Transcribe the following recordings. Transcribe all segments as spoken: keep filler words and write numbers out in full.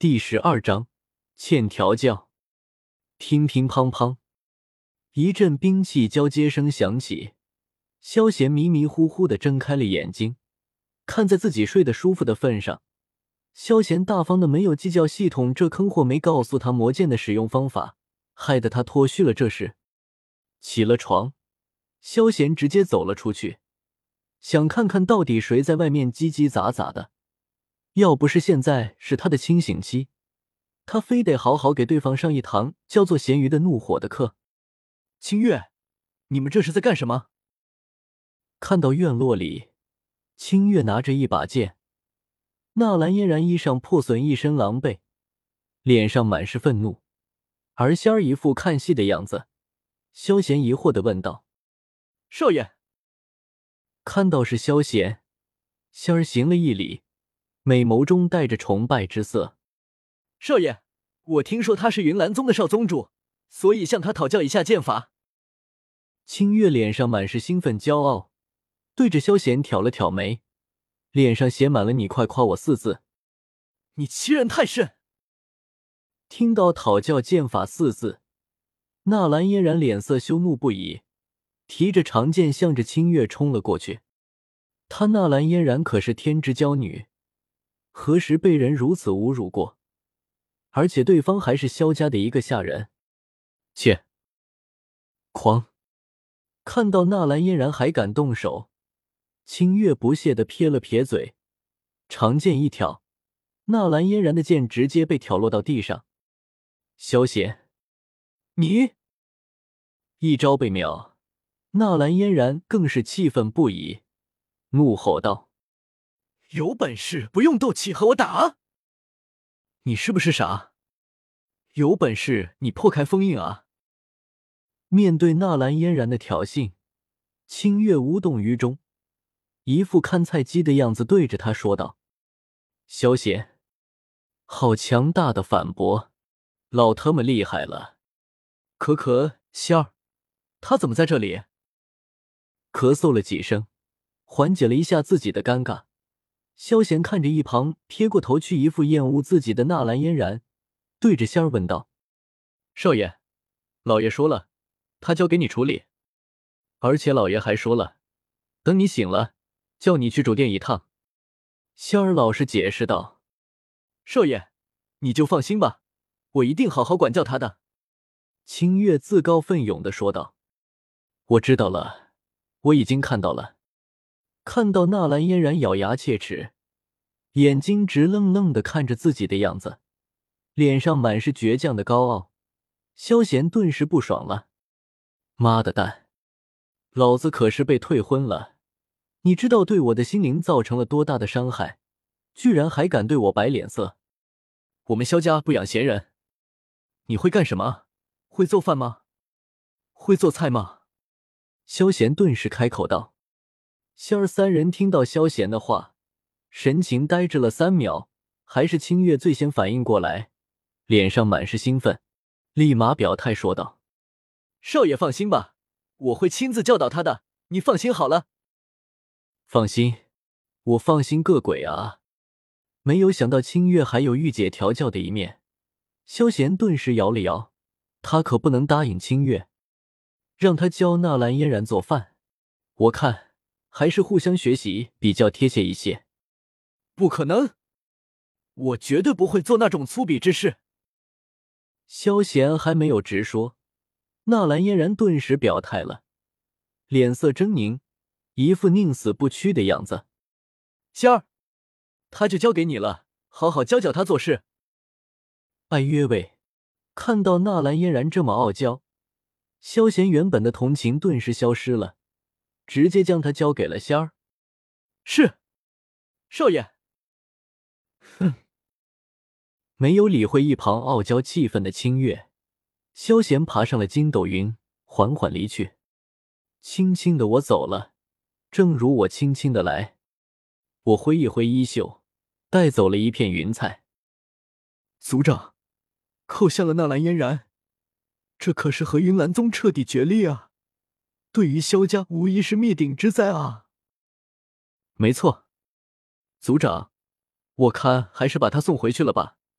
第十二章欠调教。乒乒乓乓，一阵兵器交接声响起，萧贤迷迷糊糊地睁开了眼睛，看在自己睡得舒服的份上，萧贤大方的没有计较系统这坑货没告诉他魔剑的使用方法，害得他脱虚了这事。起了床，萧贤直接走了出去，想看看到底谁在外面叽叽喳喳的。要不是现在是他的清醒期，他非得好好给对方上一堂叫做咸鱼的怒火的课。 清月，你们这是在干什么？ 看到院落里，清月拿着一把剑，纳兰嫣然衣裳破损，一身狼狈，脸上满是愤怒，而仙儿一副看戏的样子。萧贤疑惑地问道： 少爷。 看到是萧贤，仙儿行了一礼，美眸中带着崇拜之色。 少爷，我听说他是云岚宗的少宗主，所以向他讨教一下剑法。 清月脸上满是兴奋骄傲，对着萧贤挑了挑眉，脸上写满了你快夸我四字。 你欺人太甚！ 听到讨教剑法四字，纳兰嫣然脸色羞怒不已，提着长剑向着清月冲了过去。她纳兰嫣然可是天之娇女，何时被人如此侮辱过？而且对方还是萧家的一个下人。切！哐！看到纳兰嫣然还敢动手，清月不屑地撇了撇嘴，长剑一挑，纳兰嫣然的剑直接被挑落到地上。萧贤， 你一招被秒，纳兰嫣然更是气愤不已，怒吼道： 有本事不用斗气和我打！你是不是傻？有本事你破开封印啊！ 面对纳兰嫣然的挑衅，清月无动于衷，一副看菜鸡的样子对着他说道：萧贤，好强大的反驳，老他妈厉害了！ 可可，仙儿，他怎么在这里？ 咳嗽了几声，缓解了一下自己的尴尬。萧贤看着一旁撇过头去一副厌恶自己的纳兰嫣然，对着仙儿问道： 少爷，老爷说了，他交给你处理，而且老爷还说了，等你醒了，叫你去主殿一趟。 仙儿老实解释道： 少爷，你就放心吧，我一定好好管教他的。 清月自告奋勇地说道：我知道了，我已经看到了。看到纳兰嫣然咬牙切齿，眼睛直愣愣地看着自己的样子，脸上满是倔强的高傲，萧贤顿时不爽了。妈的蛋，老子可是被退婚了，你知道对我的心灵造成了多大的伤害，居然还敢对我摆脸色。 我们萧家不养闲人。你会干什么？会做饭吗？会做菜吗？ 萧贤顿时开口道。仙儿三人听到萧贤的话，神情呆滞了三秒，还是清月最先反应过来，脸上满是兴奋，立马表态说道： 少爷放心吧，我会亲自教导他的，你放心好了。 放心？我放心个鬼啊！没有想到清月还有御姐调教的一面，萧贤顿时摇了摇，他可不能答应清月，让他教纳兰嫣然做饭，我看还是互相学习比较贴切一些。 不可能，我绝对不会做那种粗鄙之事。 萧贤还没有直说，纳兰嫣然顿时表态了，脸色狰狞，一副宁死不屈的样子。 仙儿，他就交给你了，好好教教他做事。 哎约喂，看到纳兰嫣然这么傲娇，萧贤原本的同情顿时消失了，直接将他交给了仙儿。 是，少爷。 哼，没有理会一旁傲娇气愤的清月，萧贤爬上了筋斗云，缓缓离去。轻轻的我走了，正如我轻轻的来。我挥一挥衣袖，带走了一片云彩。 族长，扣下了纳兰嫣然，这可是和云岚宗彻底决裂啊！对于萧家无疑是灭顶之灾啊！ 没错，族长，我看还是把他送回去了吧，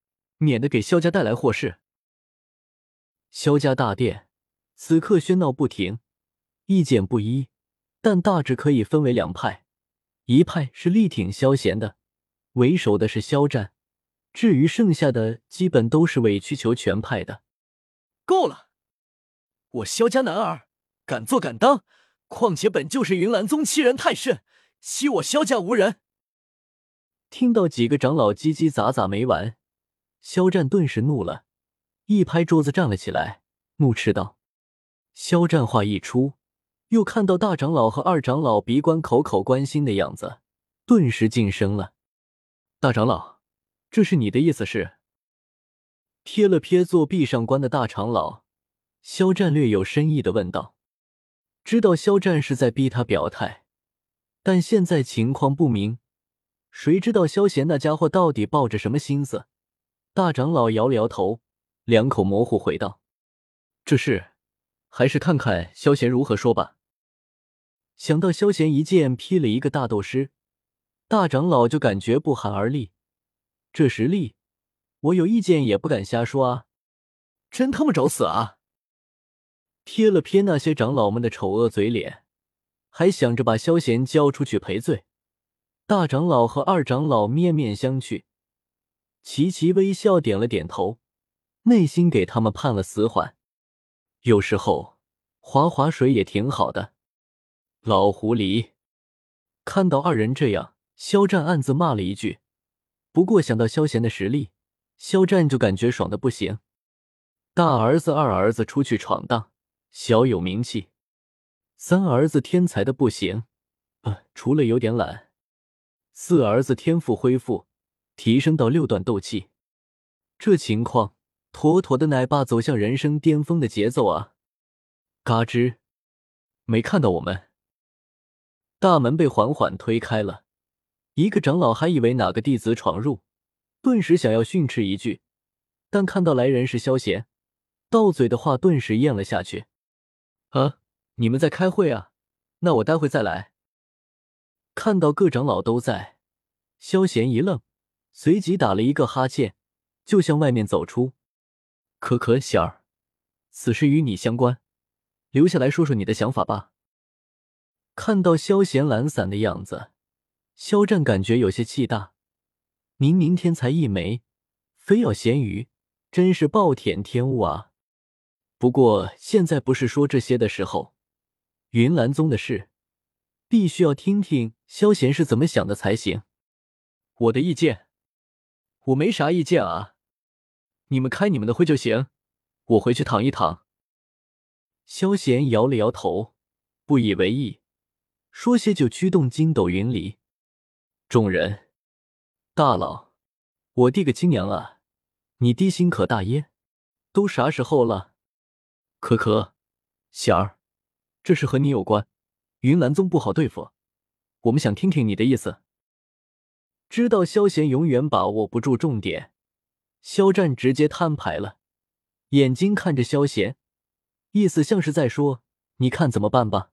免得给萧家带来祸事。 萧家大殿此刻喧闹不停，意见不一，但大致可以分为两派，一派是力挺萧贤的，为首的是萧战，至于剩下的基本都是委曲求全派的。 够了！我萧家男儿敢做敢当，况且本就是云岚宗欺人太甚，欺我萧家无人。 听到几个长老叽叽喳喳没完，萧战顿时怒了，一拍桌子站了起来，怒斥道。萧战话一出，又看到大长老和二长老鼻关口口关心的样子，顿时噤声了。 大长老，这是你的意思是？ 瞥了瞥坐壁上观的大长老，萧战略有深意地问道。知道萧战是在逼他表态，但现在情况不明，谁知道萧贤那家伙到底抱着什么心思？大长老摇了摇头，两口模糊回道： 这事还是看看萧贤如何说吧。 想到萧贤一剑劈了一个大斗师，大长老就感觉不寒而栗。这实力，我有意见也不敢瞎说啊！ 真他妈找死啊！ 瞥了瞥那些长老们的丑恶嘴脸，还想着把萧贤交出去赔罪。大长老和二长老面面相觑，齐齐微笑点了点头，内心给他们判了死缓。有时候划划水也挺好的。老狐狸！看到二人这样，萧战暗自骂了一句，不过想到萧贤的实力，萧战就感觉爽得不行。大儿子二儿子出去闯荡，小有名气，三儿子天才的不行，呃，除了有点懒，四儿子天赋恢复提升到六段斗气，这情况妥妥的奶爸走向人生巅峰的节奏啊！嘎吱， 没看到我们。 大门被缓缓推开了，一个长老还以为哪个弟子闯入，顿时想要训斥一句，但看到来人是萧贤，到嘴的话顿时咽了下去。 啊，你们在开会啊？那我待会再来。 看到各长老都在，萧贤一愣，随即打了一个哈欠，就向外面走出。 可可喜儿，此事与你相关，留下来说说你的想法吧。 看到萧贤懒散的样子，萧战感觉有些气大。明明天才一枚，非要咸鱼，真是暴殄天物啊！不过现在不是说这些的时候，云岚宗的事，必须要听听萧贤是怎么想的才行。 我的意见？我没啥意见啊，你们开你们的会就行，我回去躺一躺。 萧贤摇了摇头，不以为意，说些就驱动筋斗云离。众人，大佬，我弟个亲娘啊，你低心可大耶？都啥时候了？ 可可，喜儿，这事和你有关，云岚宗不好对付，我们想听听你的意思。 知道萧贤永远把握不住重点，萧战直接摊牌了，眼睛看着萧贤，意思像是在说，你看怎么办吧。